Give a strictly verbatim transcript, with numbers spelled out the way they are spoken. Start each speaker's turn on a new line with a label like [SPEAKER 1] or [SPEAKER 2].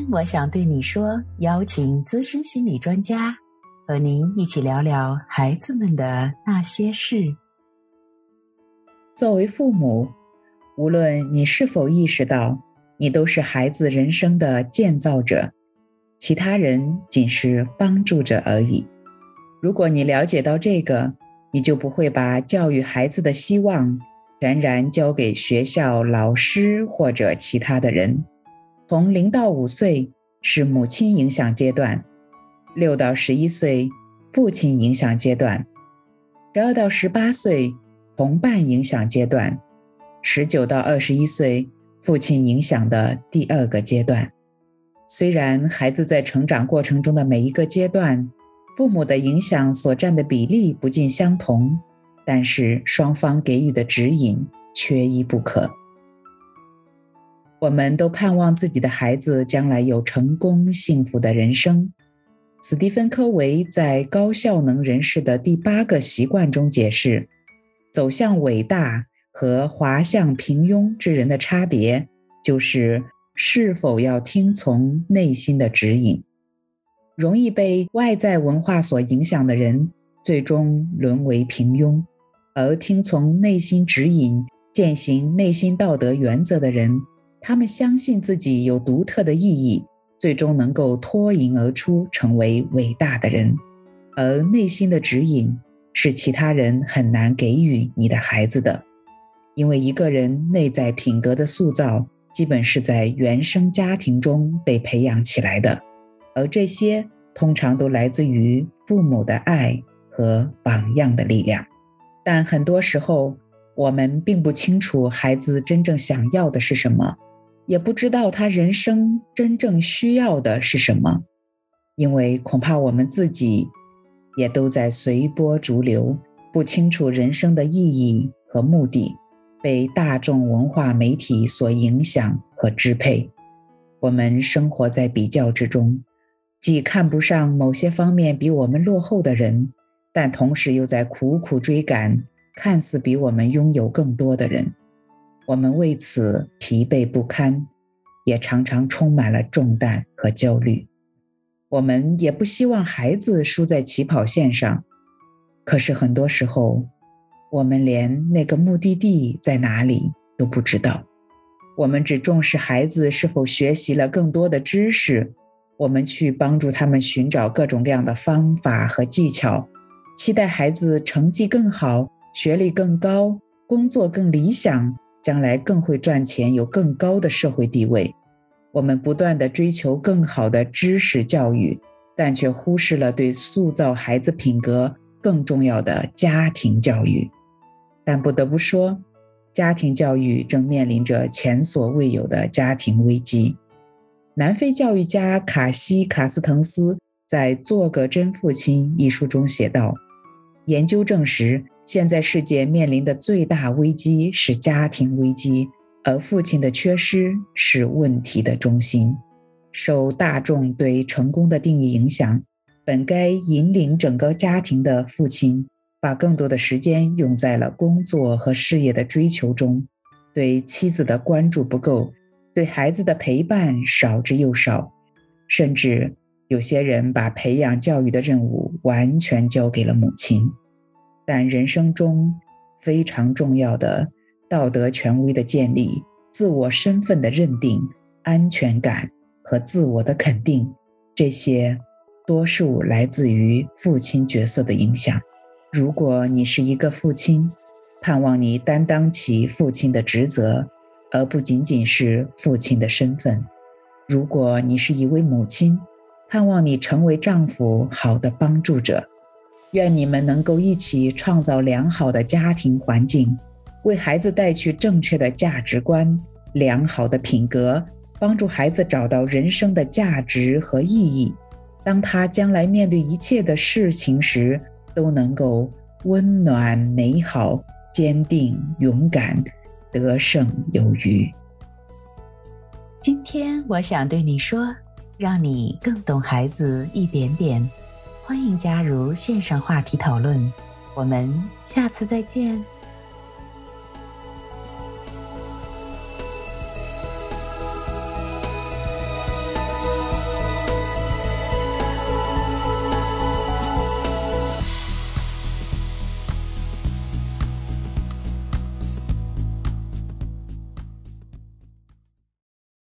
[SPEAKER 1] 我想对你说，邀请资深心理专家和您一起聊聊孩子们的那些事。
[SPEAKER 2] 作为父母，无论你是否意识到，你都是孩子人生的建造者，其他人仅是帮助者而已。如果你了解到这个，你就不会把教育孩子的希望全然交给学校、老师或者其他的人。从零到五岁是母亲影响阶段，六到十一岁父亲影响阶段，十二到十八岁同伴影响阶段，十九到二十一岁父亲影响的第二个阶段。虽然孩子在成长过程中的每一个阶段，父母的影响所占的比例不尽相同，但是双方给予的指引缺一不可。我们都盼望自己的孩子将来有成功幸福的人生。史蒂芬·科维在《高效能人士的第八个习惯》中解释，走向伟大和滑向平庸之人的差别，就是是否要听从内心的指引。容易被外在文化所影响的人，最终沦为平庸，而听从内心指引、践行内心道德原则的人，他们相信自己有独特的意义，最终能够脱颖而出，成为伟大的人。而内心的指引是其他人很难给予你的孩子的，因为一个人内在品格的塑造基本是在原生家庭中被培养起来的，而这些通常都来自于父母的爱和榜样的力量。但很多时候，我们并不清楚孩子真正想要的是什么，也不知道他人生真正需要的是什么，因为恐怕我们自己也都在随波逐流，不清楚人生的意义和目的，被大众文化媒体所影响和支配。我们生活在比较之中，既看不上某些方面比我们落后的人，但同时又在苦苦追赶看似比我们拥有更多的人。我们为此疲惫不堪，也常常充满了重担和焦虑。我们也不希望孩子输在起跑线上，可是很多时候，我们连那个目的地在哪里都不知道。我们只重视孩子是否学习了更多的知识，我们去帮助他们寻找各种各样的方法和技巧，期待孩子成绩更好，学历更高，工作更理想，将来更会赚钱，有更高的社会地位。我们不断地追求更好的知识教育，但却忽视了对塑造孩子品格更重要的家庭教育。但不得不说，家庭教育正面临着前所未有的家庭危机。南非教育家卡西·卡斯滕斯在《做个真父亲》一书中写道，研究证实，现在世界面临的最大危机是家庭危机，而父亲的缺失是问题的中心。受大众对成功的定义影响，本该引领整个家庭的父亲，把更多的时间用在了工作和事业的追求中，对妻子的关注不够，对孩子的陪伴少之又少，甚至有些人把培养教育的任务完全交给了母亲。但人生中非常重要的道德权威的建立、自我身份的认定、安全感和自我的肯定，这些多数来自于父亲角色的影响。如果你是一个父亲，盼望你担当起父亲的职责，而不仅仅是父亲的身份。如果你是一位母亲，盼望你成为丈夫好的帮助者。愿你们能够一起创造良好的家庭环境，为孩子带去正确的价值观、良好的品格，帮助孩子找到人生的价值和意义。当他将来面对一切的事情时，都能够温暖、美好、坚定、勇敢，得胜有余。
[SPEAKER 1] 今天我想对你说，让你更懂孩子一点点。欢迎加入线上话题讨论，我们下次再见。